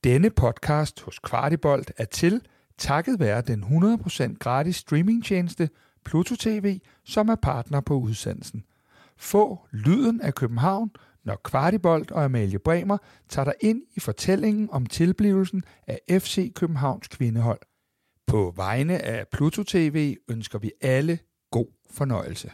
Denne podcast hos Kvartibolt er til takket være den 100% gratis streamingtjeneste Pluto TV, som er partner på udsendelsen. Få lyden af København, når Kvartibolt og Amalie Bremer tager dig ind i fortællingen om tilblivelsen af FC Københavns kvindehold. På vegne af Pluto TV ønsker vi alle god fornøjelse.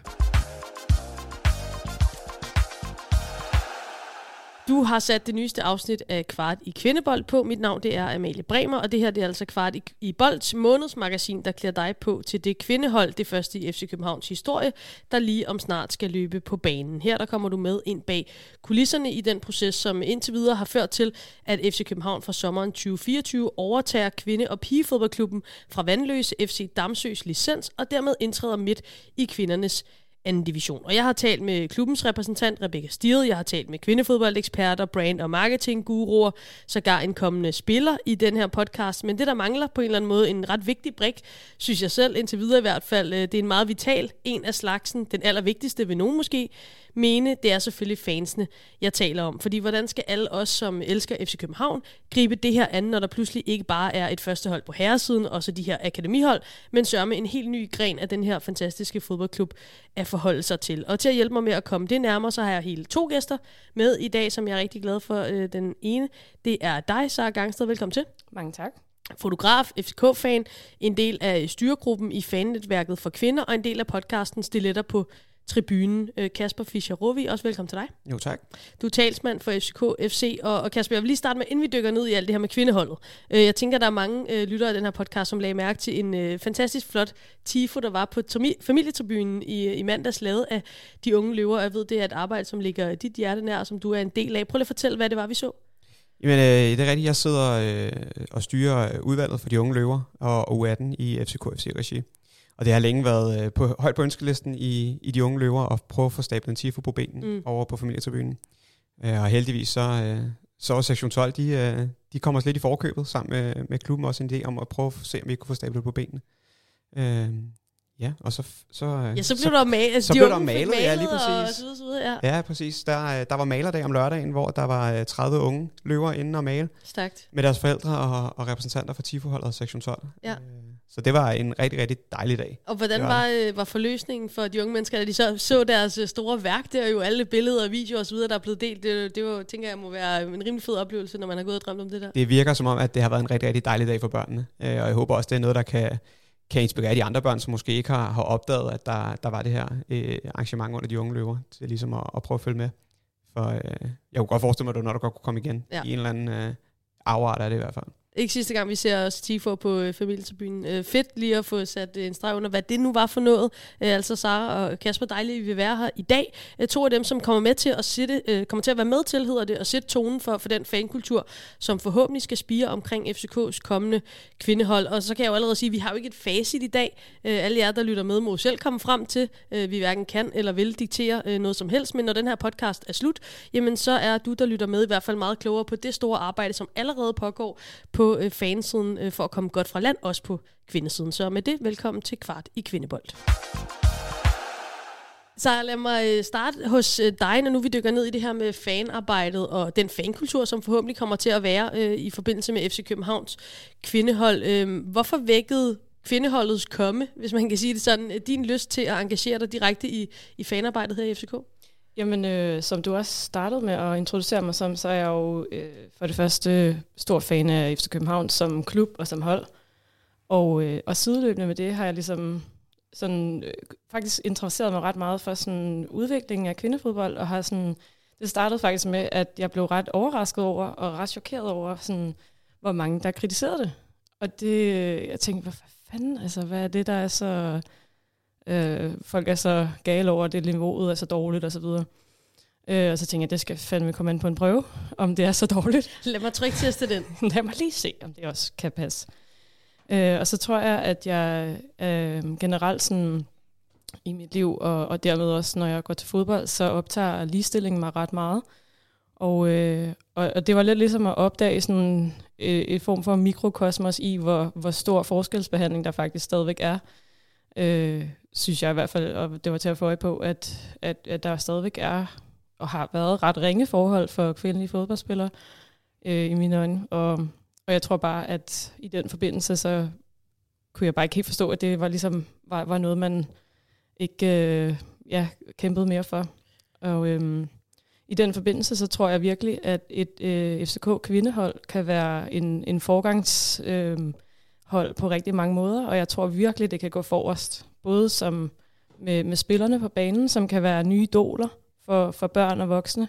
Du har sat det nyeste afsnit af Kvart i Kvindebold på. Mit navn det er Amalie Bremer, og det her det er altså Kvart i Bolds månedsmagasin, der klæder dig på til det kvindehold, det første i FC Københavns historie, der lige om snart skal løbe på banen. Her der kommer du med ind bag kulisserne i den proces, som indtil videre har ført til, at FC København fra sommeren 2024 overtager kvinde- og pigefodboldklubben fra Vandløse FC Damsøs licens, og dermed indtræder midt i kvindernes anden division. Og jeg har talt med klubbens repræsentant Rebecca Stiel, jeg har talt med kvindefodboldeksperter, brand- og marketingguruer, sågar en kommende spiller i den her podcast, men det der mangler på en eller anden måde en ret vigtig brik, synes jeg selv indtil videre i hvert fald, det er en meget vital, en af slagsen, den allervigtigste vil nogen måske mene, det er selvfølgelig fansene, jeg taler om. Fordi hvordan skal alle os, som elsker FC København, gribe det her an, når der pludselig ikke bare er et førstehold på herresiden, og så de her akademihold, men sørge med en helt ny gren af den her fantastiske fodboldklub at forholde sig til. Og til at hjælpe mig med at komme det nærmere, så har jeg hele 2 gæster med i dag, som jeg er rigtig glad for. Den ene, det er dig, Sara Gangsted. Velkommen til. Mange tak. Fotograf, FCK-fan, en del af styregruppen i fannetværket for kvinder, og en del af podcasten Stiletter på tribunen. Kasper Fischer-Rovi, også velkommen til dig. Jo, tak. Du er talsmand for FCK FC, og Kasper, jeg vil lige starte med, inden vi dykker ned i alt det her med kvindeholdet. Jeg tænker, der er mange lyttere af den her podcast, som lagde mærke til en fantastisk flot tifo, der var på familietribunen i mandags, lavet af de unge løver. Jeg ved, det er et arbejde, som ligger dit hjerte nær, og som du er en del af. Prøv lige at fortælle, hvad det var, vi så. Jamen, det er rigtigt. Jeg sidder og styrer udvalget for de unge løver og U18 i FCK FC-regi. Og det har længe været højt på ønskelisten i de unge løver at prøve at få stablet en tifo på benen over på familietribunen. Og heldigvis så var sektion 12, de kom os lidt i forkøbet sammen med klubben, også en idé om at prøve at se, om vi kunne få stablet på benene. Ja, og så blev der malet. Så blev der malet, ja, lige præcis. Ja, præcis. Der var malerdag om lørdagen, hvor der var 30 unge løver inde og male. Stærkt. Med deres forældre og repræsentanter for tifoholdet og sektion 12. Ja. Så det var en rigtig, rigtig dejlig dag. Og hvordan var forløsningen for de unge mennesker, da de så deres store værk der, jo alle billeder og videoer og så videre, der er blevet delt? Det var, tænker jeg, må være en rimelig fed oplevelse, når man har gået og drømt om det der. Det virker som om, at det har været en rigtig, rigtig dejlig dag for børnene. Og jeg håber også, det er noget, der kan inspirere de andre børn, som måske ikke har opdaget, at der var det her arrangement under de unge løver, til ligesom at prøve at følge med. For jeg kunne godt forestille mig, at det var, når du godt kunne komme igen i en eller anden afart af det i hvert fald. Ikke sidste gang, vi ser os tifo på familietribunen. Fedt lige at få sat en streg under, hvad det nu var for noget. Altså Sara og Kasper, dejligt, at vi vil være her i dag. 2 af dem, som kommer med til at være med til, hedder det, at sætte tonen for den fankultur, som forhåbentlig skal spire omkring FCK's kommende kvindehold. Og så kan jeg jo allerede sige, at vi har jo ikke et facit i dag. Alle jer, der lytter med, må selv komme frem til, vi hverken kan eller vil diktere noget som helst. Men når den her podcast er slut, jamen så er du, der lytter med, i hvert fald meget klogere på det store arbejde, som allerede pågår på fansiden for at komme godt fra land, også på kvindesiden. Så med det, velkommen til Kvart i Kvindebold. Så lad mig starte hos dig, når nu vi dykker ned i det her med fanarbejdet og den fankultur, som forhåbentlig kommer til at være i forbindelse med FC Københavns kvindehold. Hvorfor vækkede kvindeholdets komme, hvis man kan sige det sådan, din lyst til at engagere dig direkte i fanarbejdet her i FCK? Jamen, som du også startede med at introducere mig som, så er jeg jo for det første stor fan af FC København som klub og som hold. Og sideløbende med det har jeg ligesom sådan, faktisk interesseret mig ret meget for sådan udviklingen af kvindefodbold, og har sådan, det startede faktisk med, at jeg blev ret overrasket over, og ret chokeret over, sådan, hvor mange der kritiserede det. Og det, jeg tænkte, hvad fanden, altså, hvad er det, der er så... folk er så gale over, det niveauet er så dårligt og så videre. Og så tænkte jeg, det skal fandme komme an på en prøve, om det er så dårligt. Lad mig trykteste den. Lad mig lige se, om det også kan passe. Og så tror jeg, at jeg generelt sådan, i mit liv, og dermed også, når jeg går til fodbold, så optager ligestillingen mig ret meget. Og det var lidt ligesom at opdage sådan et form for mikrokosmos i, hvor stor forskelsbehandling der faktisk stadigvæk er. Synes jeg i hvert fald, og det var til at få øje på, at der stadigvæk er og har været ret ringe forhold for kvindelige fodboldspillere i mine øjne. Og jeg tror bare, at i den forbindelse, så kunne jeg bare ikke helt forstå, at det var ligesom var noget, man ikke kæmpede mere for. Og i den forbindelse, så tror jeg virkelig, at et FCK-kvindehold kan være en forgangshold på rigtig mange måder, og jeg tror virkelig, det kan gå forrest. Både som med spillerne på banen, som kan være nye idoler for børn og voksne,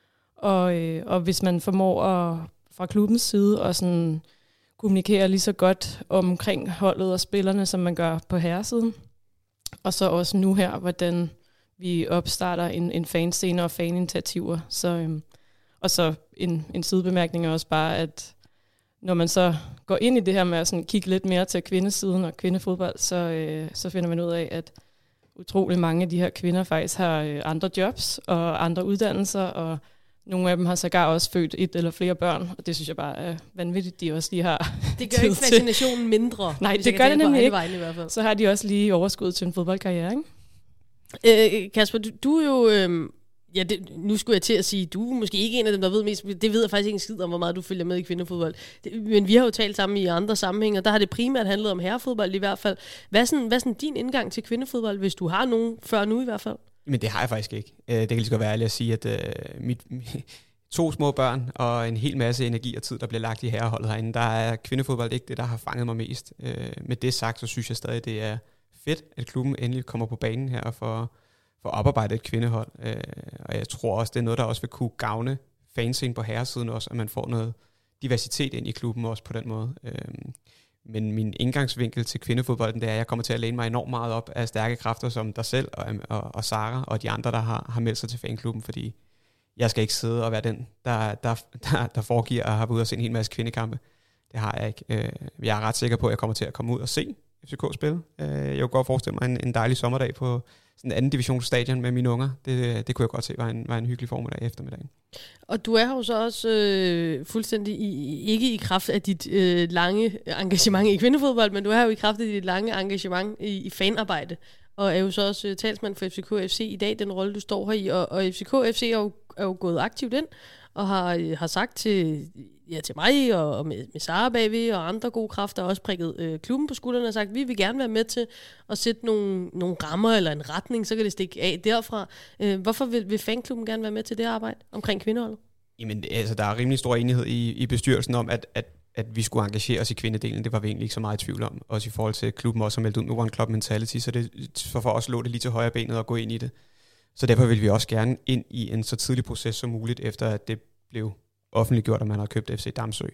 og hvis man formår fra klubbens side at sådan kommunikere lige så godt omkring holdet og spillerne, som man gør på herresiden. Og så også nu her, hvordan vi opstarter en fanscene og faninitiativer. Og så en sidebemærkning er også bare, at når man så går ind i det her med at sådan kigge lidt mere til kvindesiden og kvindefodbold, så finder man ud af, at utrolig mange af de her kvinder faktisk har andre jobs og andre uddannelser, og nogle af dem har sågar også født 1 eller flere børn, og det synes jeg bare er vanvittigt, de også lige har. Det gør ikke fascinationen mindre. Nej, det gør det nemlig ikke. Vejen, i hvert fald. Så har de også lige overskud til en fodboldkarriere, ikke? Kasper, du er jo... nu skulle jeg til at sige, du er måske ikke en af dem, der ved mest. Det ved jeg faktisk ikke en skid om, hvor meget du følger med i kvindefodbold. Men vi har jo talt sammen i andre sammenhænge, og der har det primært handlet om herrefodbold i hvert fald. Hvad er sådan din indgang til kvindefodbold, hvis du har nogen før nu i hvert fald? Men det har jeg faktisk ikke. Det kan lige så godt være ærligt at sige, at 2 små børn og en hel masse energi og tid, der bliver lagt i herreholdet herinde, der er kvindefodbold ikke det, der har fanget mig mest. Med det sagt, så synes jeg stadig, det er fedt, at klubben endelig kommer på banen her for oparbejde et kvindehold. Og jeg tror også, det er noget, der også vil kunne gavne fanscenen på herresiden også, at man får noget diversitet ind i klubben også på den måde. Men min indgangsvinkel til kvindefodbolden, det er, at jeg kommer til at læne mig enormt meget op af stærke kræfter som dig selv og Sara og de andre, der har meldt sig til fanklubben, fordi jeg skal ikke sidde og være den, der foregiver at have været ude og se en hel masse kvindekampe. Det har jeg ikke. Jeg er ret sikker på, at jeg kommer til at komme ud og se FCK spille. Jeg kunne godt forestille mig en dejlig sommerdag på sådan en anden divisionsstadion med mine unger. Det kunne jeg godt se var en hyggelig formiddag eftermiddagen. Og du er jo så også fuldstændig ikke i kraft af dit lange engagement i kvindefodbold, men du er jo i kraft af dit lange engagement i fanarbejde, og er jo så også talsmand for FCK FC i dag, den rolle du står her i, og FCK FC er jo gået aktivt ind, og har sagt til mig og med Sara bagved og andre gode kræfter, også prikket klubben på skuldrene og sagt, vi vil gerne være med til at sætte nogle rammer eller en retning, så kan det stikke af derfra. Hvorfor vil fanklubben gerne være med til det arbejde omkring kvindeholdet? Jamen, altså, der er rimelig stor enighed i bestyrelsen om, at vi skulle engagere os i kvindedelen. Det var vi egentlig ikke så meget i tvivl om. Også i forhold til, at klubben også har meldt ud med One Club Mentality, så for os lå det lige til højre benet at gå ind i det. Så derfor vil vi også gerne ind i en så tidlig proces som muligt, efter at det blev offentliggjort, at man har købt FC Damsø.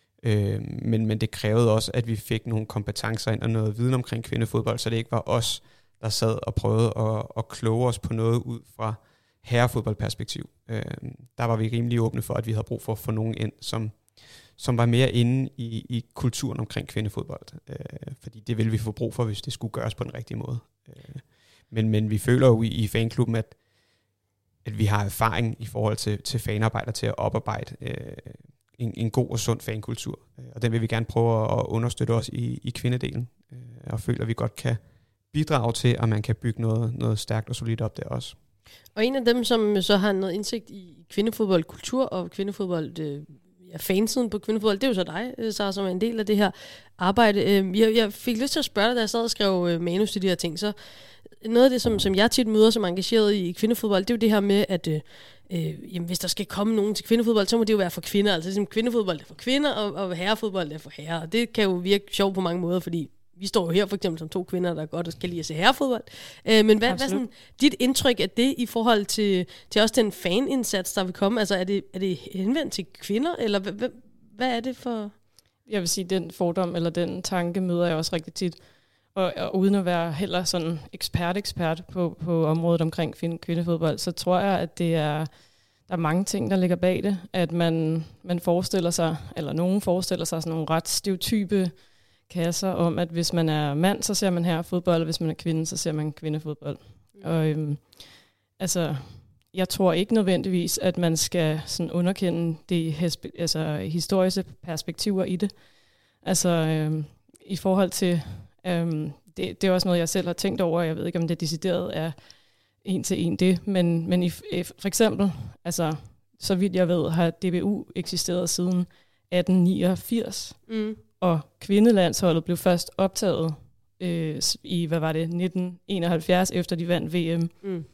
Men det krævede også, at vi fik nogle kompetencer ind og noget viden omkring kvindefodbold, så det ikke var os, der sad og prøvede at kloge os på noget ud fra herrefodboldperspektiv. Der var vi rimelig åbne for, at vi havde brug for at få nogen ind, som var mere inde i kulturen omkring kvindefodbold. Fordi det ville vi få brug for, hvis det skulle gøres på den rigtige måde. Men vi føler jo i fanklubben, at vi har erfaring i forhold til fanarbejder til at oparbejde en god og sund fankultur. Og den vil vi gerne prøve at understøtte os i kvindedelen. Og føler, at vi godt kan bidrage til, at man kan bygge noget stærkt og solidt op der også. Og en af dem, som så har noget indsigt i kvindefodboldkultur og kvindefodbold, fansiden på kvindefodbold, det er jo så dig, Sara, som er en del af det her arbejde. Jeg fik lyst til at spørge dig, da jeg sad og skrev manus til de her ting, så noget af det, som jeg tit møder som engageret i kvindefodbold, det er jo det her med, at jamen, hvis der skal komme nogen til kvindefodbold, så må det jo være for kvinder. Altså ligesom kvindefodbold er for kvinder, og herrefodbold er for herrer. Og det kan jo virke sjovt på mange måder, fordi vi står jo her for eksempel som 2 kvinder, der godt kan lide at se herrefodbold. Men hvad er sådan dit indtryk af det i forhold til også den fanindsats, der vil komme? Altså er det henvendt til kvinder, eller hvad er det for? Jeg vil sige, den fordom eller den tanke møder jeg også rigtig tit. Og uden at være heller sådan ekspert på området omkring kvindefodbold, så tror jeg, at der er mange ting, der ligger bag det. At man forestiller sig, eller nogen forestiller sig sådan nogle ret stereotype kasser om, at hvis man er mand, så ser man herrefodbold, og hvis man er kvinde, så ser man kvindefodbold. Og altså, jeg tror ikke nødvendigvis, at man skal sådan underkende de historiske perspektiver i det. Altså, i forhold til det er også noget, jeg selv har tænkt over. Jeg ved ikke, om det decideret er en til en det, men for eksempel, altså, så vidt jeg ved, har DBU eksisteret siden 1889, og kvindelandsholdet blev først optaget i, 1971, efter de vandt VM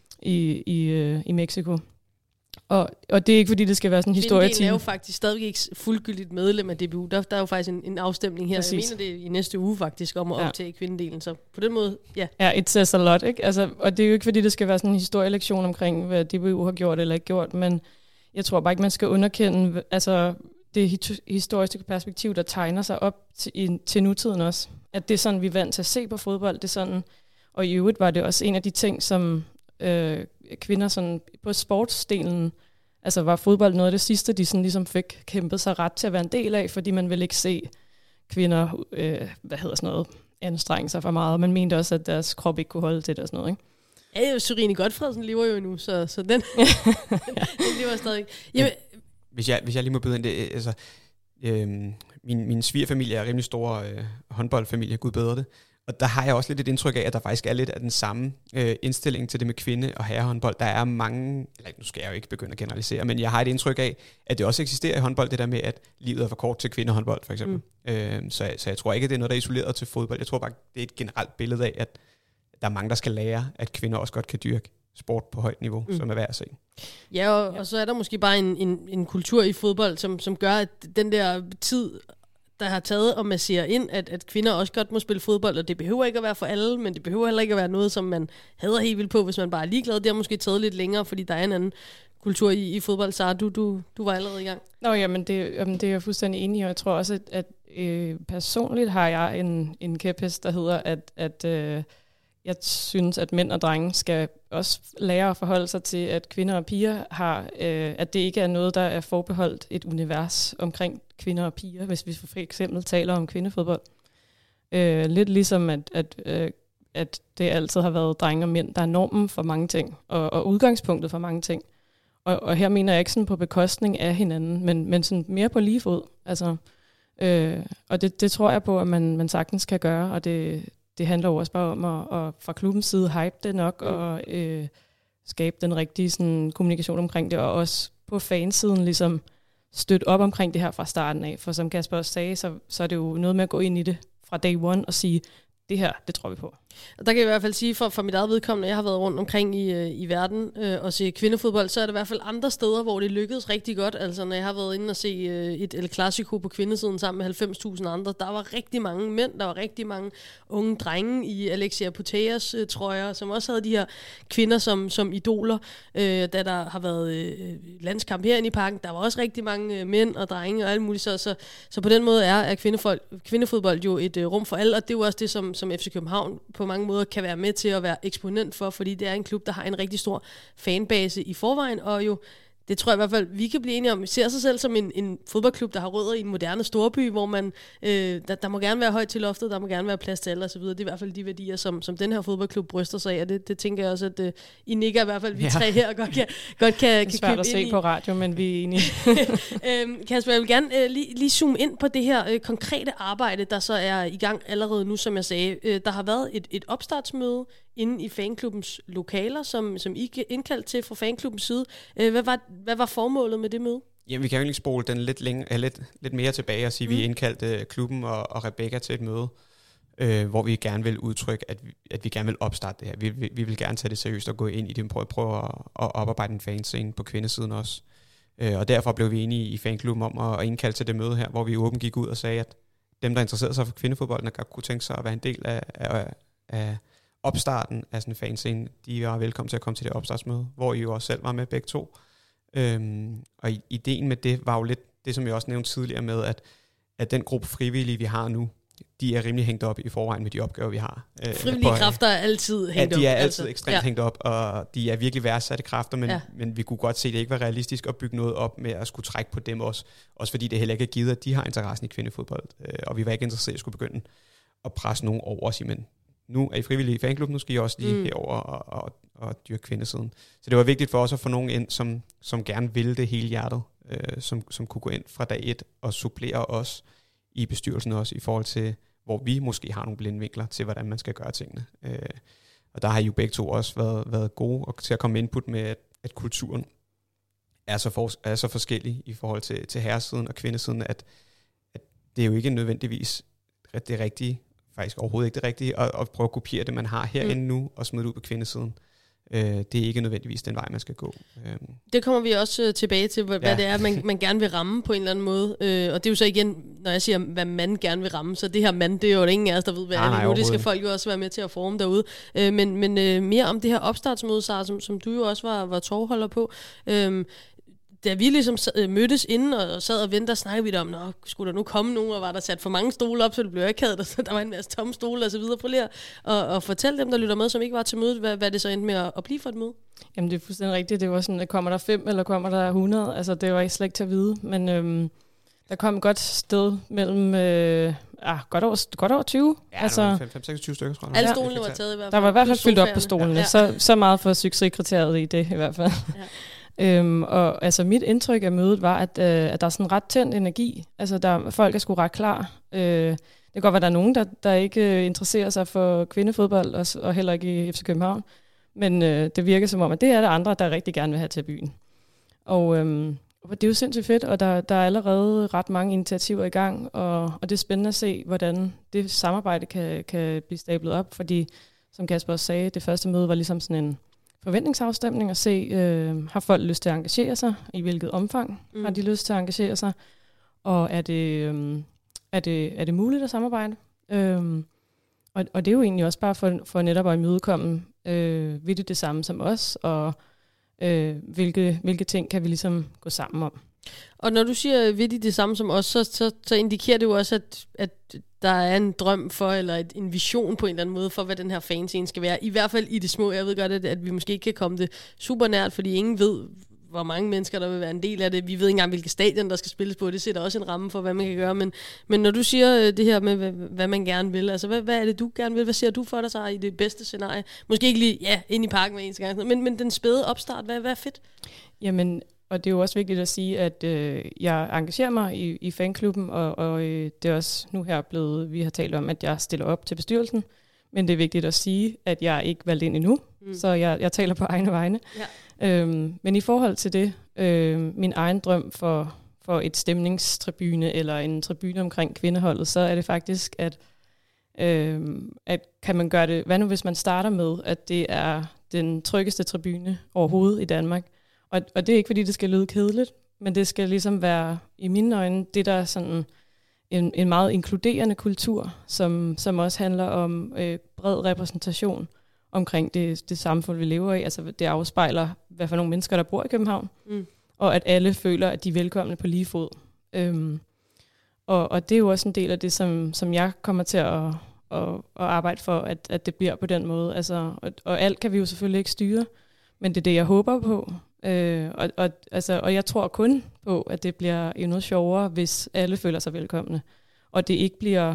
i Mexico. Og det er ikke, fordi det skal være sådan en historietime. Kvindedelen er jo faktisk stadig ikke fuldgyldigt medlem af DBU. Der er jo faktisk en afstemning her. Præcis. Jeg mener det i næste uge faktisk, om at optage kvindedelen. Så på den måde, ja. Ja, it says a lot, ikke? Altså, og det er jo ikke, fordi det skal være sådan en historielektion omkring, hvad DBU har gjort eller ikke gjort, men jeg tror bare ikke, man skal underkende det historiske perspektiv, der tegner sig op til nutiden også. At det er sådan, vi er vant til at se på fodbold. Det er sådan, og i øvrigt var det også en af de ting, som kvinder sådan, på sportsdelen, altså var fodbold noget af det sidste, de sådan ligesom fik kæmpet sig ret til at være en del af, fordi man ville ikke se kvinder, anstrenge sig for meget. Man mente også, at deres krop ikke kunne holde til det og sådan noget, ikke? Ja, Sørine Gotfredsen lever jo endnu, så den, den lever stadig. Jamen, Hvis jeg lige må byde ind det, altså, min svigerfamilie er rimelig stor håndboldfamilie, Gud bedre det. Og der har jeg også lidt et indtryk af, at der faktisk er lidt af den samme indstilling til det med kvinde- og herrehåndbold. Der er mange, eller nu skal jeg jo ikke begynde at generalisere, men jeg har et indtryk af, at det også eksisterer i håndbold, det der med, at livet er for kort til kvindehåndbold, for eksempel. Så jeg tror ikke, at det er noget, der er isoleret til fodbold. Jeg tror bare, det er et generelt billede af, at der er mange, der skal lære, at kvinder også godt kan dyrke sport på højt niveau, som er værd at se. Ja, og så er der måske bare en kultur i fodbold, som gør, at den der tid, der har taget og massere ind, at kvinder også godt må spille fodbold, og det behøver ikke at være for alle, men det behøver heller ikke at være noget, som man hader helt vildt på, hvis man bare er ligeglad. Det har måske taget lidt længere, fordi der er en anden kultur i fodbold. Så du var allerede i gang. Nå, jamen det er jeg fuldstændig enig i, og jeg tror også, at personligt har jeg en kæphest, der hedder, at jeg synes, at mænd og drenge skal også lære at forholde sig til, at kvinder og piger har, at det ikke er noget, der er forbeholdt et univers omkring kvinder og piger, hvis vi for eksempel taler om kvindefodbold. Lidt ligesom, at det altid har været drenge og mænd, der er normen for mange ting, og udgangspunktet for mange ting. Og her mener jeg ikke sådan på bekostning af hinanden, men sådan mere på lige fod. Altså, og det tror jeg på, at man sagtens kan gøre, og det handler jo også bare om at fra klubbens side hype det nok, og skabe den rigtige sådan, kommunikation omkring det, og også på fansiden ligesom støtte op omkring det her fra starten af. For som Kasper også sagde, så er det jo noget med at gå ind i det fra day one og sige, det her, det tror vi på. Og der kan jeg i hvert fald sige, for mit eget vedkommende, jeg har været rundt omkring i verden og se kvindefodbold, så er der i hvert fald andre steder, hvor det lykkedes rigtig godt. Altså når jeg har været inde og se et El Clasico på kvindesiden sammen med 90.000 andre, der var rigtig mange mænd, der var rigtig mange unge drenge i Alexia Putellas trøjer, som også havde de her kvinder som idoler. Da der har været landskamp herinde i parken, der var også rigtig mange mænd og drenge og alt muligt. Så på den måde er kvindefodbold jo et rum for alle, og det er jo også det, som FC København på mange måder kan være med til at være eksponent for, fordi det er en klub, der har en rigtig stor fanbase i forvejen, og jo, det tror jeg i hvert fald, vi kan blive enige om, ser sig selv som en fodboldklub, der har rødder i en moderne storby, hvor man, der må gerne være højt til loftet, der må gerne være plads til alle osv. Det er i hvert fald de værdier, som den her fodboldklub bryster sig af, og det tænker jeg også, at I nikker i hvert fald, vi tre her godt kan det er svært at se på radio, men vi er enige. Kasper, jeg vil gerne lige zoome ind på det her konkrete arbejde, der så er i gang allerede nu, som jeg sagde. Der har været et opstartsmøde inde i fanklubbens lokaler, som I indkaldt til fra fanklubbens side. Hvad var formålet med det møde? Jamen, vi kan jo egentlig spole den lidt mere tilbage og sige, at vi indkaldte klubben og Rebecca til et møde, hvor vi gerne vil udtrykke, at vi gerne vil opstarte det her. Vi vil gerne tage det seriøst og gå ind i det, prøve at oparbejde en fanscene på kvindesiden også. Og derfor blev vi enige i fanklubben om at indkalde til det møde her, hvor vi åbent gik ud og sagde, at dem, der interesserede sig for kvindefodbolden, og kunne tænke sig at være en del af opstarten af sådan en fanscene, de var velkommen til at komme til det opstartsmøde, hvor I jo også selv var med begge to. Og ideen med det var jo lidt det, som jeg også nævnte tidligere med, at den gruppe frivillige, vi har nu, de er rimelig hængt op i forvejen med de opgaver, vi har. Frivillige kræfter er altid hængt op. De er altid ekstremt hængt op, og de er virkelig værdsatte kræfter, men vi kunne godt se, at det ikke var realistisk at bygge noget op med at skulle trække på dem også. Også fordi det heller ikke er givet, at de har interessen i kvindefodbold. Og vi var ikke interesseret i at skulle begynde at presse nogen over og sige, men nu er I frivillige i fanklubben, nu skal I også lige herover og dyrke kvindesiden. Så det var vigtigt for os at få nogen ind, som gerne ville det hele hjertet, som kunne gå ind fra dag 1 og supplere os i bestyrelsen også, i forhold til, hvor vi måske har nogle blindvinkler til, hvordan man skal gøre tingene. Og der har I jo begge to også været gode og til at komme input med, at kulturen er så forskellig i forhold til herresiden og kvindesiden, det er jo ikke nødvendigvis det rigtige, faktisk overhovedet ikke det rigtige, at prøve at kopiere det, man har herinde nu, og smide det ud på kvindesiden. Det er ikke nødvendigvis den vej, man skal gå. Det kommer vi også tilbage til, hvad det er, man gerne vil ramme på en eller anden måde. Og det er jo så igen, når jeg siger, hvad man gerne vil ramme, så det her mand, det er jo ingen af os, der ved, hvad er det nu. Det skal folk jo også være med til at forme derude. Men mere om det her opstartsmøde, Sara, som du jo også var tovholder på. Da vi ligesom mødtes inden og sad og ventede, snakkede vi om, skulle der nu komme nogen, og var der sat for mange stole op, så det blev akavet, så der var en masse tomme stole og så videre. Prøv lige at fortælle dem, der lytter med, som ikke var til mødet, hvad det så endte med at blive for et møde. Jamen det er fuldstændig rigtigt. Det var sådan, kommer der 5 eller kommer der 100? Altså det var ikke slet ikke til at vide, men der kom et godt sted mellem godt over 20. Ja, altså 5-26 stykker, tror jeg. Alle stolene var taget i hvert fald. Der var i hvert fald fyldt op på stolene, så meget for succeskriteriet i det i hvert fald. Ja. Og altså mit indtryk af mødet var, at der er sådan ret tændt energi. Altså folk er sgu ret klar. Det kan godt være, der er nogen, der ikke interesserer sig for kvindefodbold, og heller ikke i FC København. Men det virker som om, at det er der andre, der rigtig gerne vil have til byen. Og det er jo sindssygt fedt, og der er allerede ret mange initiativer i gang. Og det er spændende at se, hvordan det samarbejde kan blive stablet op. Fordi, som Kasper også sagde, det første møde var ligesom sådan en forventningsafstemning og se, har folk lyst til at engagere sig, i hvilket omfang har de lyst til at engagere sig, og er det muligt at samarbejde? Og det er jo egentlig også bare for netop at imødekomme, vil det samme som os, og hvilke ting kan vi ligesom gå sammen om. Og når du siger, vil de det samme som os, så indikerer det jo også, at der er en drøm for, eller en vision på en eller anden måde for, hvad den her fanscene skal være. I hvert fald i det små. Jeg ved godt, at vi måske ikke kan komme det super nært, fordi ingen ved, hvor mange mennesker, der vil være en del af det. Vi ved ikke engang, hvilke stadion, der skal spilles på. Det sætter også en ramme for, hvad man kan gøre. Men når du siger det her med, hvad man gerne vil, altså hvad er det, du gerne vil? Hvad ser du for dig så i det bedste scenarie? Måske ikke lige, ind i parken hver eneste gang, men den spæde opstart, hvad er fedt? Jamen, og det er jo også vigtigt at sige, at jeg engagerer mig i fanklubben, og det er også nu her blevet, vi har talt om, at jeg stiller op til bestyrelsen, men det er vigtigt at sige, at jeg er ikke valgt ind endnu, så jeg taler på egne vegne. Ja. Men i forhold til det, min egen drøm for et stemningstribune, eller en tribune omkring kvindeholdet, så er det faktisk, at kan man gøre det, hvad nu hvis man starter med, at det er den tryggeste tribune overhovedet i Danmark. Og det er ikke, fordi det skal lyde kedeligt, men det skal ligesom være, i mine øjne, det der er sådan en meget inkluderende kultur, som også handler om bred repræsentation omkring det samfund, vi lever i. Altså det afspejler, hvad for nogle mennesker, der bor i København, og at alle føler, at de er velkomne på lige fod. Og det er jo også en del af det, som jeg kommer til at arbejde for, at det bliver på den måde. Altså, og alt kan vi jo selvfølgelig ikke styre, men det er det, jeg håber på. Og jeg tror kun på, at det bliver endnu sjovere, hvis alle føler sig velkomne. Og det ikke bliver,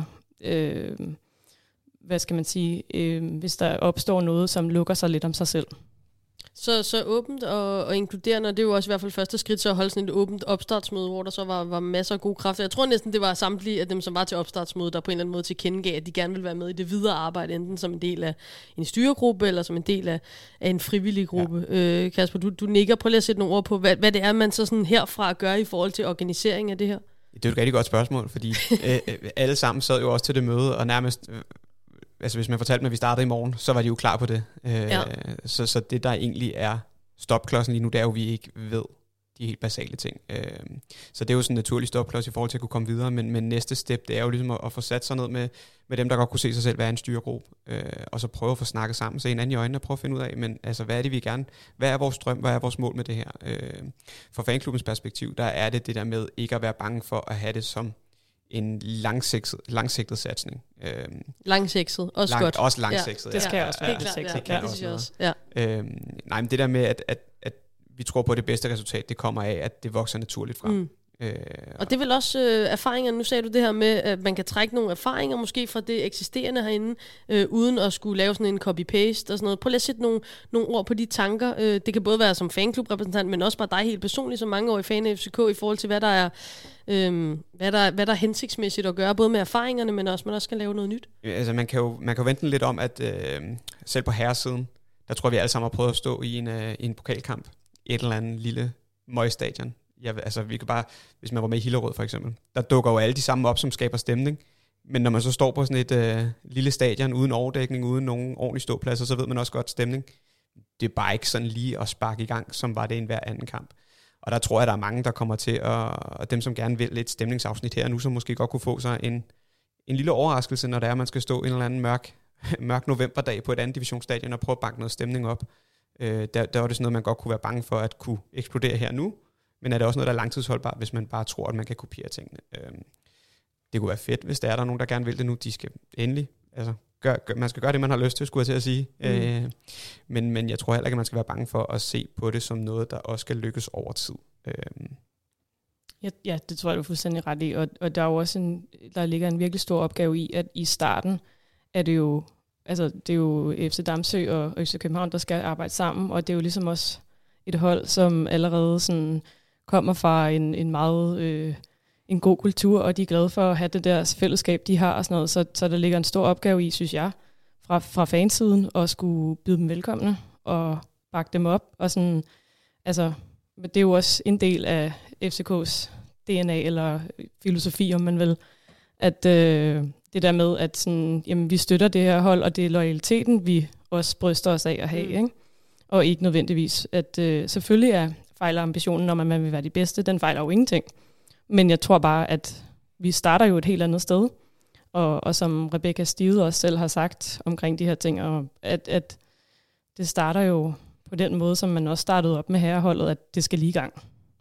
hvad skal man sige, hvis der opstår noget, som lukker sig lidt om sig selv. Så åbent og inkluderende, og det er jo også i hvert fald første skridt til at holde sådan et åbent opstartsmøde, hvor der så var masser af gode kræfter. Jeg tror næsten, det var samtlige af dem, som var til opstartsmødet, der på en eller anden måde tilkendegav, at de gerne vil være med i det videre arbejde, enten som en del af en styregruppe, eller som en del af en frivillig gruppe. Ja. Kasper, du nikker. Prøv lige at sætte nogle ord på, hvad det er, man så sådan herfra gør i forhold til organisering af det her. Det er et rigtig godt spørgsmål, fordi alle sammen sad jo også til det møde, og nærmest... Altså hvis man fortalte mig, at vi startede i morgen, så var de jo klar på det. Så det, der egentlig er stopklodsen lige nu, det er jo, at vi ikke ved de helt basale ting. Så det er jo sådan en naturlig stopklods i forhold til at kunne komme videre, men næste step, det er jo ligesom at få sat sig ned med dem, der godt kunne se sig selv være en styregruppe, og så prøve at få snakket sammen, se hinanden i øjnene og prøve at finde ud af, men altså, hvad er det, vi gerne, hvad er vores drøm, hvad er vores mål med det her? Fra fanklubbens perspektiv, der er det der med ikke at være bange for at have det som en langsigtet satsning. Langsigtet, også godt. Også langsigtet, det skal også være. Helt klart, det synes jeg også. Ja. Nej, men det der med, at vi tror på, at det bedste resultat, det kommer af, at det vokser naturligt frem. Og det er vel også erfaringer, nu sagde du det her med, at man kan trække nogle erfaringer måske fra det eksisterende herinde, uden at skulle lave sådan en copy-paste og sådan noget. Prøv lige at sætte nogle ord på de tanker. Det kan både være som fanklubrepræsentant, men også bare dig helt personligt som mangeårig fan af FCK i forhold til, hvad der er hvad der er hensigtsmæssigt at gøre, både med erfaringerne, men også man også skal lave noget nyt. Altså man kan jo vente lidt om, at selv på herresiden, der tror vi alle sammen har prøvet at stå i en pokalkamp, et eller andet lille møgstadion, vi kan bare, hvis man var med i Hillerød for eksempel, der dukker jo alle de samme op, som skaber stemning. Men når man så står på sådan et lille stadion, uden overdækning, uden nogen ordentlig ståpladser, så ved man også godt stemning. Det er bare ikke sådan lige at sparke i gang, som var det en hver anden kamp. Og der tror jeg, der er mange, der kommer til, og dem, som gerne vil lidt stemningsafsnit her nu, som måske godt kunne få sig en lille overraskelse, når det er, at man skal stå en eller anden mørk novemberdag på et andet divisionsstadion og prøve at banke noget stemning op. Der var det sådan noget, man godt kunne være bange for at kunne eksplodere her nu, men er det også noget, der er langtidsholdbart, hvis man bare tror, at man kan kopiere tingene. Det kunne være fedt, hvis der er nogen, der gerne vil det nu. De skal endelig, man skal gøre det, man har lyst til, skulle jeg til at sige. Men jeg tror heller ikke, at man skal være bange for at se på det som noget, der også skal lykkes over tid. Ja, det tror jeg, du er fuldstændig ret i. Og der er jo også der ligger en virkelig stor opgave i, at i starten er det jo, det er jo FC Damsø og FC København, der skal arbejde sammen, og det er jo ligesom også et hold, som allerede sådan kommer fra en meget en god kultur, og de er glade for at have det der fællesskab, de har og sådan noget, så der ligger en stor opgave i, synes jeg, fra fansiden, at skulle byde dem velkomne og bakke dem op, og sådan, det er jo også en del af FCK's DNA, eller filosofi, om man vil, at det der med, at sådan, jamen, vi støtter det her hold, og det er loyaliteten, vi også bryster os af at have, ikke? Og ikke nødvendigvis, at selvfølgelig fejler ambitionen om, at man vil være de bedste, den fejler jo ingenting. Men jeg tror bare, at vi starter jo et helt andet sted, og som Rebecca Stive også selv har sagt omkring de her ting, og at det starter jo på den måde, som man også startede op med herreholdet, at det skal lige i gang.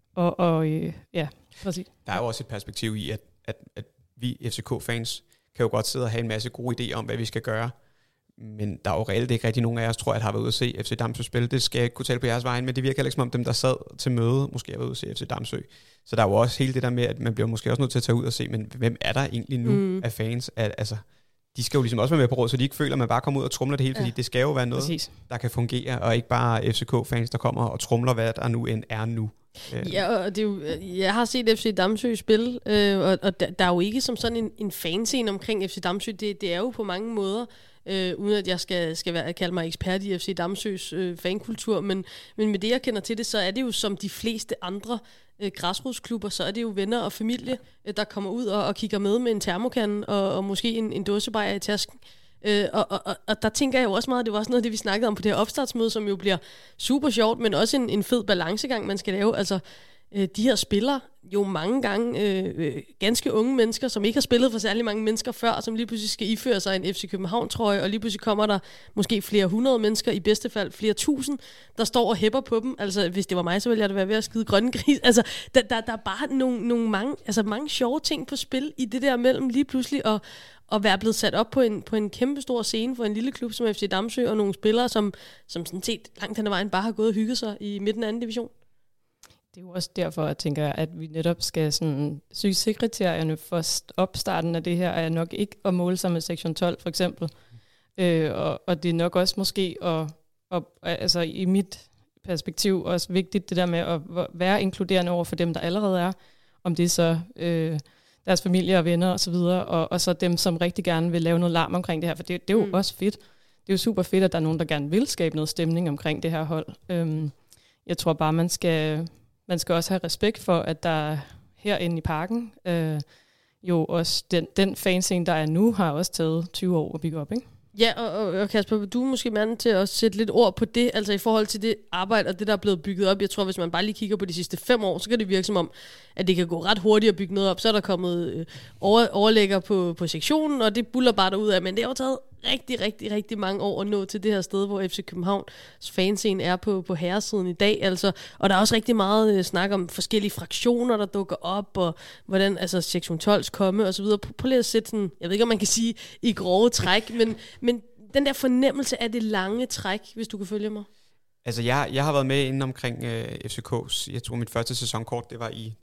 Ja, præcis. Der er jo også et perspektiv i, at vi FCK-fans kan jo godt sidde og have en masse gode idéer om, hvad vi skal gøre, men der er jo reelt ikke rigtig nogen af os, tror jeg, har været ude at se FC Damsø spille. Det skal jeg ikke kunne tale på jeres vejen, men det virker ikke som om dem, der sad til møde, måske har været ude at se FC Damsø. Så der er jo også hele det der med, at man bliver måske også nødt til at tage ud og se, men hvem er der egentlig nu af fans? De skal jo ligesom også være med på råd, så de ikke føler, at man bare kommer ud og trumler det hele, fordi det skal jo være noget, der kan fungere, og ikke bare FCK-fans, der kommer og trumler, hvad der nu end er nu. Ja, og det er jo, jeg har set FC Damsø spille, og der er jo ikke som sådan en fanscene omkring FC Damsø. Det er jo på mange måder, uden at jeg skal kalde mig ekspert i FC Damsøs fankultur, men med det, jeg kender til det, så er det jo som de fleste andre græsrodsklubber, så er det jo venner og familie, der kommer ud og kigger med en termokande og måske en dåsebajer i tasken. Og der tænker jeg jo også meget, det var også noget af det, vi snakkede om på det her opstartsmøde, som jo bliver super sjovt, men også en fed balancegang, man skal lave. Altså, de her spillere, jo mange gange ganske unge mennesker, som ikke har spillet for særlig mange mennesker før, som lige pludselig skal iføre sig en FC København-trøje, og lige pludselig kommer der måske flere hundrede mennesker, i bedste fald flere tusind, der står og hæpper på dem. Altså, hvis det var mig, så ville jeg da være ved at skide grønne gris. Altså, der er bare nogle mange sjove ting på spil i det der mellem lige pludselig at være blevet sat op på en kæmpe stor scene for en lille klub som FC Damsø, og nogle spillere, som sådan set langt hen ad vejen bare har gået og hygget sig i midten af anden division. Det er jo også derfor, jeg tænker, at vi netop skal sådan, succeskriterierne for opstarten af det her, er nok ikke at måle sig med sektion 12 for eksempel. Og det er nok også måske, altså i mit perspektiv, også vigtigt det der med at være inkluderende over for dem, der allerede er, om det er så deres familie og venner og så videre, og så dem, som rigtig gerne vil lave noget larm omkring det her, for det er jo også fedt. Det er jo super fedt, at der er nogen, der gerne vil skabe noget stemning omkring det her hold. Jeg tror bare, man skal også have respekt for, at der herinde i parken, jo også den fanscene, der er nu, har også taget 20 år at bygge op, ikke? Ja, og Kasper, du er måske manden til at sætte lidt ord på det, altså i forhold til det arbejde og det, der er blevet bygget op. Jeg tror, hvis man bare lige kigger på de sidste 5 år, så kan det virke som om, at det kan gå ret hurtigt at bygge noget op. Så er der kommet overlægger på sektionen, og det buller bare derud af, men det har jo taget rigtig, rigtig, rigtig mange år at nå til det her sted, hvor FC Københavns fanscene er på herresiden i dag. Altså, og der er også rigtig meget snak om forskellige fraktioner, der dukker op, og hvordan altså sektion 12's komme og så videre. Prøv lige at sætte sådan, jeg ved ikke, om man kan sige i grove træk, men den der fornemmelse af det lange træk, hvis du kan følge mig. Altså, jeg har været med inde omkring FCK's, jeg tror mit første sæsonkort, det var i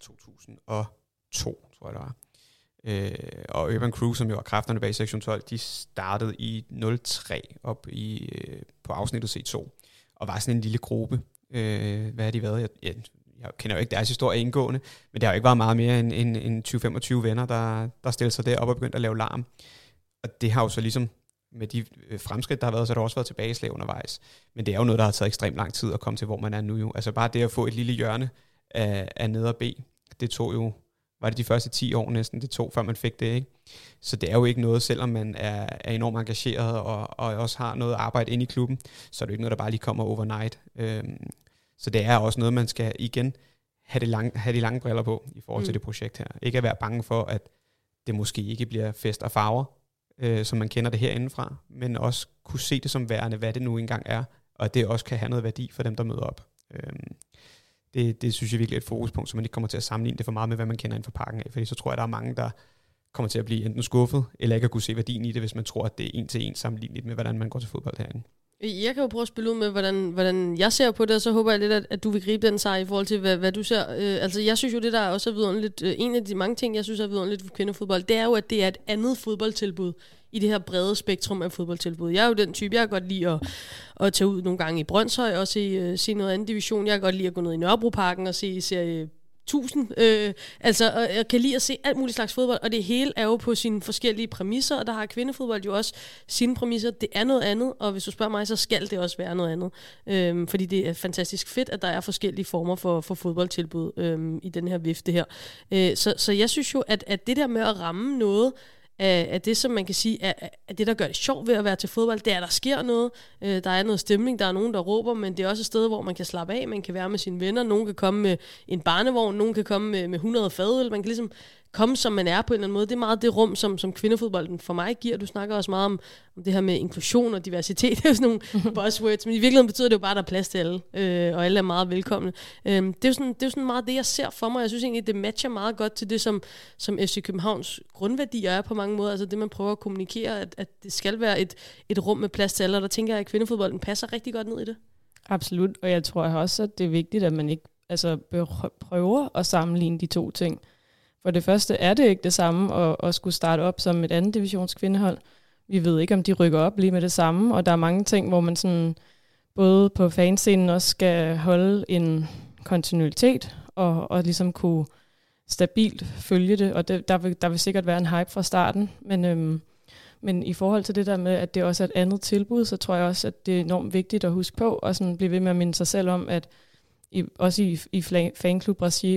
2002, tror jeg det var. Og Urban Crew, som jo var kræfterne bag sektion 12, de startede i 03 op på afsnittet C2, og var sådan en lille gruppe. Hvad har de været? Jeg kender jo ikke deres historie indgående, men det har jo ikke været meget mere end 20-25 venner, der stillede sig derop og begyndte at lave larm. Og det har jo så ligesom med de fremskridt, der har været, så har der også været tilbageslag undervejs. Men det er jo noget, der har taget ekstremt lang tid at komme til, hvor man er nu jo. Altså bare det at få et lille hjørne af ned og B. Det tog jo, var det de første 10 år næsten, det tog, før man fik det, ikke? Så det er jo ikke noget, selvom man er enormt engageret og også har noget arbejde inde i klubben, så er det ikke noget, der bare lige kommer overnight. Så det er også noget, man skal igen have de lange briller på i forhold til det projekt her. Ikke at være bange for, at det måske ikke bliver fest og farver, som man kender det herindefra, men også kunne se det som værende, hvad det nu engang er, og at det også kan have noget værdi for dem, der møder op. Det synes jeg virkelig er et fokuspunkt, så man ikke kommer til at sammenligne det for meget med, hvad man kender inden for parken af, fordi så tror jeg, der er mange, der kommer til at blive enten skuffet, eller ikke at kunne se værdien i det, hvis man tror, at det er en til en sammenlignet med, hvordan man går til fodbold herinde. Jeg kan jo prøve at spille ud med, hvordan jeg ser på det, og så håber jeg lidt, at du vil gribe den sejr i forhold til, hvad du ser. Altså, jeg synes jo, det der også er vidunderligt, en af de mange ting, jeg synes er vidunderligt for kvindefodbold, det er jo, at det er et andet fodboldtilbud i det her brede spektrum af fodboldtilbud. Jeg er jo den type, jeg kan godt lide at tage ud nogle gange i Brønshøj og se noget anden division. Jeg kan godt lide at gå ned i Nørrebroparken og se serie 1000. Altså, og jeg kan lide at se alt muligt slags fodbold, og det hele er jo på sine forskellige præmisser, og der har kvindefodbold jo også sine præmisser. Det er noget andet, og hvis du spørger mig, så skal det også være noget andet. Fordi det er fantastisk fedt, at der er forskellige former for fodboldtilbud i den her vifte her. Så jeg synes jo, at det der med at ramme noget af det, som man kan sige, er det, der gør det sjovt ved at være til fodbold, det er, at der sker noget. Der er noget stemning, der er nogen, der råber, men det er også et sted, hvor man kan slappe af, man kan være med sine venner, nogen kan komme med en barnevogn, nogen kan komme med 100 fadøl, man kan ligesom komme, som man er på en eller anden måde. Det er meget det rum, som kvindefodbolden for mig giver. Du snakker også meget om det her med inklusion og diversitet. Det er jo sådan nogle buzzwords, men i virkeligheden betyder det jo bare, at der er plads til alle, og alle er meget velkomne. Det er jo sådan meget det, jeg ser for mig. Jeg synes egentlig, det matcher meget godt til det, som FC Københavns grundværdier er på mange måder. Altså det, man prøver at kommunikere, at det skal være et rum med plads til alle, og der tænker jeg, at kvindefodbolden passer rigtig godt ned i det. Absolut, og jeg tror også, at det er vigtigt, at man ikke prøver at sammenligne de to ting. For det første er det ikke det samme at skulle starte op som et andet divisions kvindehold. Vi ved ikke, om de rykker op lige med det samme, og der er mange ting, hvor man sådan både på fanscenen også skal holde en kontinuitet og ligesom kunne stabilt følge det, og der vil sikkert være en hype fra starten, men i forhold til det der med, at det også er et andet tilbud, så tror jeg også, at det er enormt vigtigt at huske på, og sådan blive ved med at minde sig selv om, at også i fanklub-regi,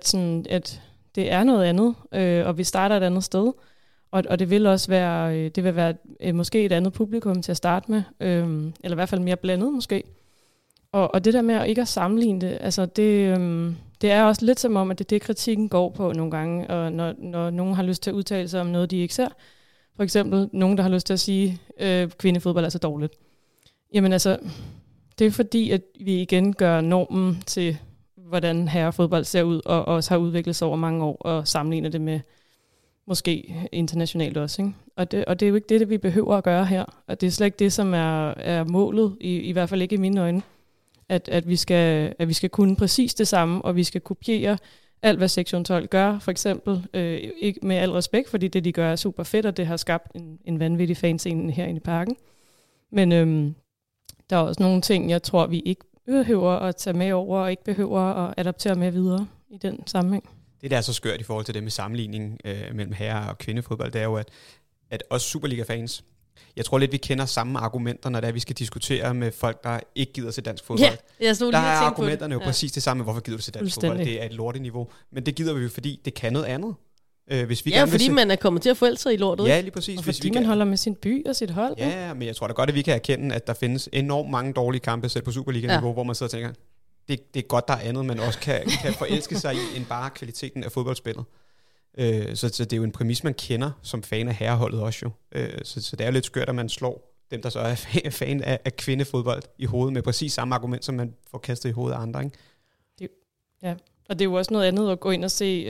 at det er noget andet, og vi starter et andet sted, og det vil også være, måske et andet publikum til at starte med, eller i hvert fald mere blandet måske. Og det der med at ikke at sammenligne det, altså det er også lidt som om, at det er det, kritikken går på nogle gange, og når nogen har lyst til at udtale sig om noget, de ikke ser. For eksempel nogen, der har lyst til at sige, kvindefodbold er så dårligt. Jamen altså, det er fordi, at vi igen gør normen til, hvordan herrefodbold ser ud, og også har udviklet sig over mange år, og sammenligner det med måske internationalt også. Ikke? Og det er jo ikke det, vi behøver at gøre her. Og det er slet ikke det, som er målet, i hvert fald ikke i mine øjne, at vi skal kunne præcis det samme, og vi skal kopiere alt, hvad sektion 12 gør, for eksempel. Ikke med al respekt, fordi det, de gør, er super fedt, og det har skabt en vanvittig fanscene herinde i parken. Men der er også nogle ting, jeg tror, vi ikke behøver at tage med over, og ikke behøver at adaptere med videre i den sammenhæng. Det, der er så skørt i forhold til det med sammenligning mellem herre- og kvindefodbold, det er jo, at også Superliga-fans, jeg tror lidt, vi kender samme argumenter, når det er, vi skal diskutere med folk, der ikke gider til dansk fodbold. Der er argumenterne jo præcis det samme, hvorfor gider du til dansk fodbold? Det er et lorteniveau. Men det gider vi jo, fordi det kan noget andet. Hvis vi gerne fordi man er kommet til at forældre sig i lortet. Ja, lige præcis. Og fordi man holder med sin by og sit hold. Ja, men jeg tror da godt, at vi kan erkende, at der findes enormt mange dårlige kampe, selv på Superliga-niveau, hvor man sidder og tænker, det er godt, der er andet, men også kan forelske sig i end bare kvaliteten af fodboldspillet. Så det er jo en præmis, man kender som fan af herreholdet også jo. Så det er jo lidt skørt, at man slår dem, der så er fan af kvindefodbold i hovedet, med præcis samme argument, som man får kastet i hovedet af andre, ikke? Ja, og det er jo også noget andet at gå ind og se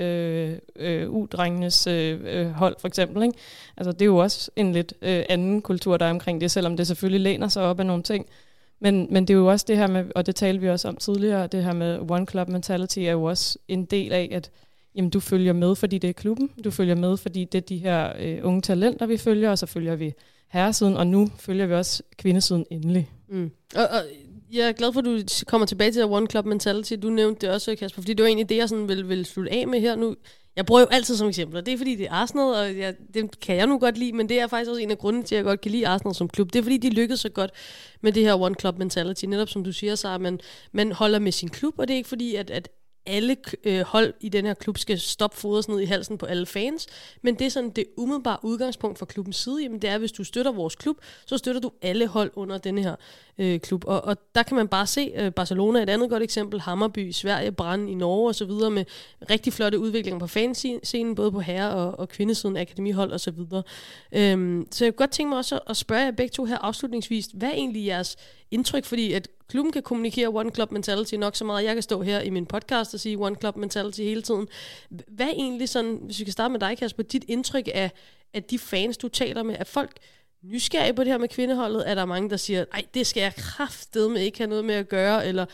U-drengenes hold, for eksempel, ikke? Altså, det er jo også en lidt anden kultur, der er omkring det, selvom det selvfølgelig læner sig op af nogle ting. Men det er jo også det her med, og det talte vi også om tidligere, det her med one club mentality er jo også en del af, at jamen, du følger med, fordi det er klubben. Du følger med, fordi det er de her unge talenter, vi følger, og så følger vi herresiden, og nu følger vi også kvindesiden endelig. Mm. Og jeg er glad for, at du kommer tilbage til one club mentality. Du nævnte det også, Kasper, fordi det var egentlig det, jeg sådan vil slutte af med her nu. Jeg bruger jo altid som eksempel, og det er fordi, det er Arsenal, og det kan jeg nu godt lide, men det er faktisk også en af grundene til, at jeg godt kan lide Arsenal som klub. Det er fordi, de lykkedes så godt med det her one club mentality. Netop som du siger, så man holder med sin klub, og det er ikke fordi, at alle hold i den her klub skal stoppe fodres ned i halsen på alle fans, men det er sådan det umiddelbare udgangspunkt fra klubbens side, jamen det er, hvis du støtter vores klub, så støtter du alle hold under denne her klub. Og der kan man bare se, Barcelona er et andet godt eksempel, Hammarby i Sverige, Brann i Norge og så videre, med rigtig flotte udviklinger på fanscenen, både på herre- og kvindesiden, akademihold og så videre. Så jeg kunne godt tænke mig også at spørge jer begge to her afslutningsvis, hvad er egentlig jeres indtryk, fordi at klubben kan kommunikere One Club Mentality nok så meget. Jeg kan stå her i min podcast og sige One Club Mentality hele tiden. Hvad er egentlig sådan, hvis vi kan starte med dig, Kasper, dit indtryk af de fans, du taler med? Er folk nysgerrige på det her med kvindeholdet? Er der mange, der siger, ej, det skal jeg kraftedeme ikke have noget med at gøre? Eller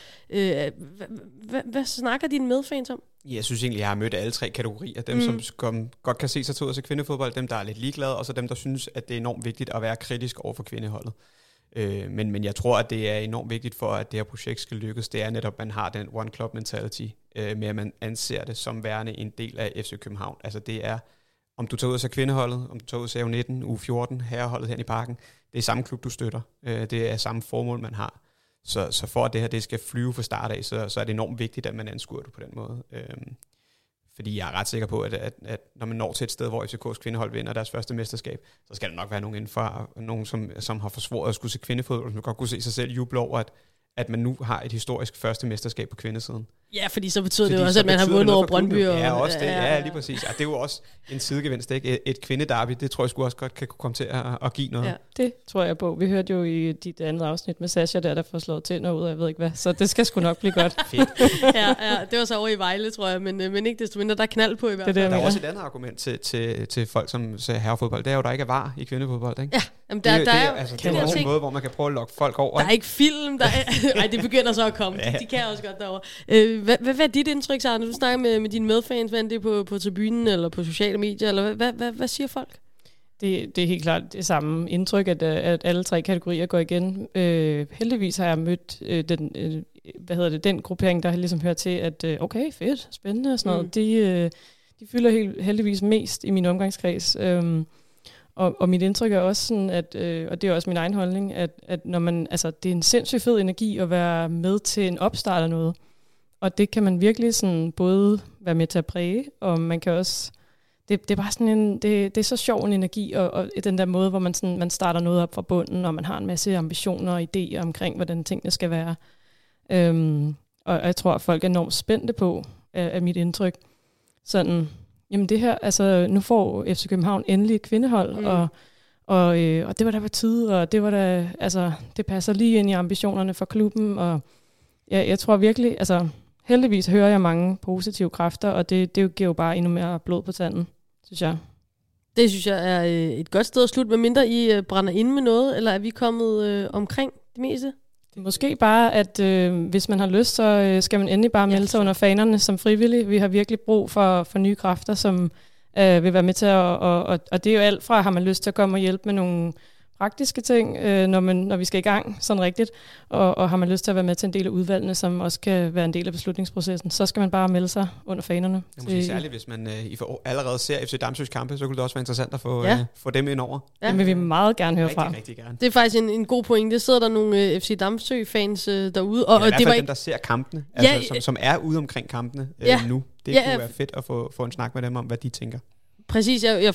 hvad snakker dine medfans om? Jeg synes egentlig, jeg har mødt alle 3 kategorier. Dem, som godt kan se sig til til kvindefodbold, dem, der er lidt ligeglade, og så dem, der synes, at det er enormt vigtigt at være kritisk over for kvindeholdet. Men jeg tror, at det er enormt vigtigt for, at det her projekt skal lykkes. Det er netop, at man har den One Club Mentality, med at man anser det som værende en del af FC København. Altså det er, om du tager ud og ser kvindeholdet, om du tager ud og ser U19, U14, herreholdet her i parken, det er samme klub, du støtter. Det er samme formål, man har. Så for at det her det skal flyve fra start af, så er det enormt vigtigt, at man anskuer det på den måde. Fordi jeg er ret sikker på, at når man når til et sted, hvor FCK's kvindehold vinder deres første mesterskab, så skal der nok være nogen indenfor, nogen som har forsvoret at skulle se kvindefodbold, som godt kunne se sig selv juble over, at man nu har et historisk første mesterskab på kvindesiden. Ja, fordi så betyder det jo også, at man har vundet over Brøndby. Ja, også det. Ja, lige præcis. Og det er jo også en sidegevinst, ikke? Et kvindederby, det tror jeg sgu også godt kan komme til at give noget. Ja, det tror jeg på. Vi hørte jo i dit andet afsnit med Sasha, der får slået tænder ud, og jeg ved ikke hvad. Så det skal sgu nok blive godt. Fedt. ja, det var så over i Vejle, tror jeg, men ikke desto mindre, der er knald på i hvert fald. Der er også et andet argument til folk, som ser herrefodbold. Det er jo, der ikke er VAR i kvindefodbold, ikke? Ja, jamen der er jo altså, det er også en måde, hvor man kan prøve at lokke folk over. Der er ikke film, nej, det begynder så at komme. Ja. De kan også godt derovre. Hvad er dit indtryk, Sarah, når du snakker med dine medfans, hvad det er på tribunen eller på sociale medier, eller hvad siger folk? Det er helt klart det samme indtryk, at alle 3 kategorier går igen. Heldigvis har jeg mødt den gruppering, der ligesom hører til, at okay, fedt, spændende og sådan noget. De fylder heldigvis mest i min omgangskreds. Og mit indtryk er også sådan, og det er også min egen holdning, at når man, altså, det er en sindssygt fed energi at være med til en opstart af noget. Og det kan man virkelig sådan både være med til at præge, og man kan også, det er bare sådan det er så sjov en energi, og den der måde, hvor man starter noget op fra bunden, og man har en masse ambitioner og idéer omkring, hvordan tingene skal være. Og jeg tror, at folk er enormt spændte på, af mit indtryk. Sådan, jamen det her, altså nu får FC København endelig et kvindehold, og det var der på tide, og det var der, altså det passer lige ind i ambitionerne for klubben, og jeg tror virkelig, altså heldigvis hører jeg mange positive kræfter, og det giver jo bare endnu mere blod på tanden, synes jeg. Det synes jeg er et godt sted at slutte, medmindre I brænder ind med noget, eller er vi kommet omkring det meste? Måske bare, at hvis man har lyst, så skal man endelig bare melde sig under fanerne som frivillig. Vi har virkelig brug for nye kræfter, som vil være med til og det er jo alt fra, har man lyst til at komme og hjælpe med nogle praktiske ting, når vi skal i gang, sådan rigtigt, og har man lyst til at være med til en del af udvalgene, som også kan være en del af beslutningsprocessen, så skal man bare melde sig under fanerne. Ja, måske særligt, hvis man allerede ser FC Damsøs kampe, så kunne det også være interessant at få dem ind over. Ja. Det vil vi meget gerne høre fra. Rigtig gerne. Det er faktisk en god point. Der sidder der nogle FC Damsø-fans derude. Og i hvert fald dem, der ser kampene, altså, som er ude omkring kampene nu. Det kunne være fedt at få en snak med dem om, hvad de tænker. Præcis, jeg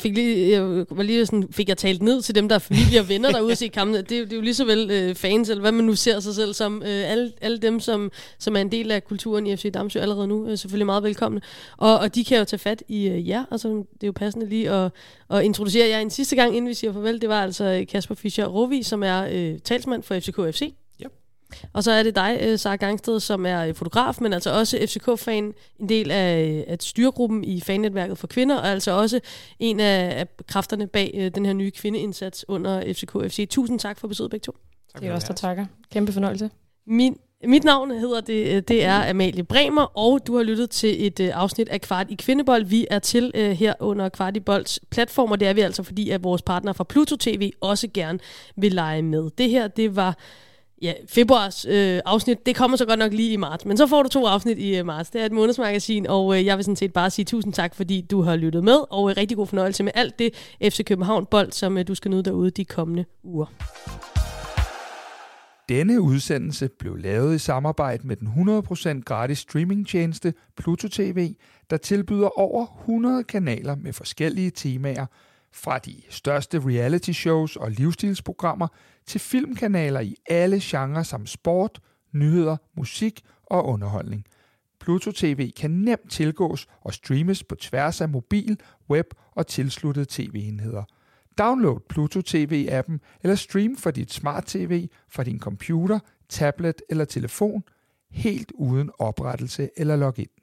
fik jeg talt ned til dem, der er familie og venner derude og se kampene. Det er jo lige så vel fans, eller hvad man nu ser sig selv som. Alle dem, som er en del af kulturen i FC Damsø allerede nu, er selvfølgelig meget velkomne. Og de kan jo tage fat i jer, og så det er jo passende lige at introducere jer en sidste gang, inden vi siger farvel. Det var altså Kasper Fischer Rovig, som er talsmand for FCK FC. Og så er det dig, Sarah Gangsted, som er fotograf, men altså også FCK-fan, en del af styregruppen i fannetværket for kvinder, og altså også en af kræfterne bag den her nye kvindeindsats under FCK FC. Tusind tak for besøget begge to. Det er også der takker. Kæmpe fornøjelse. Mit navn hedder det er Amalie Bremer, og du har lyttet til et afsnit af Kvart i Kvindebold. Vi er til her under Kvart i Bolds platform, og det er vi altså, fordi at vores partner fra Pluto TV også gerne vil lege med. Det her, det var februars afsnit. Det kommer så godt nok lige i marts, men så får du 2 afsnit i marts. Det er et månedsmagasin, og jeg vil sådan set bare sige tusind tak, fordi du har lyttet med, og rigtig god fornøjelse med alt det FC København bold, som du skal nyde derude de kommende uger. Denne udsendelse blev lavet i samarbejde med den 100% gratis streamingtjeneste Pluto TV, der tilbyder over 100 kanaler med forskellige temaer, fra de største reality shows og livsstilsprogrammer til filmkanaler i alle genrer som sport, nyheder, musik og underholdning. Pluto TV kan nemt tilgås og streames på tværs af mobil, web og tilsluttede tv-enheder. Download Pluto TV-appen eller stream fra dit smart-tv, fra din computer, tablet eller telefon, helt uden oprettelse eller login.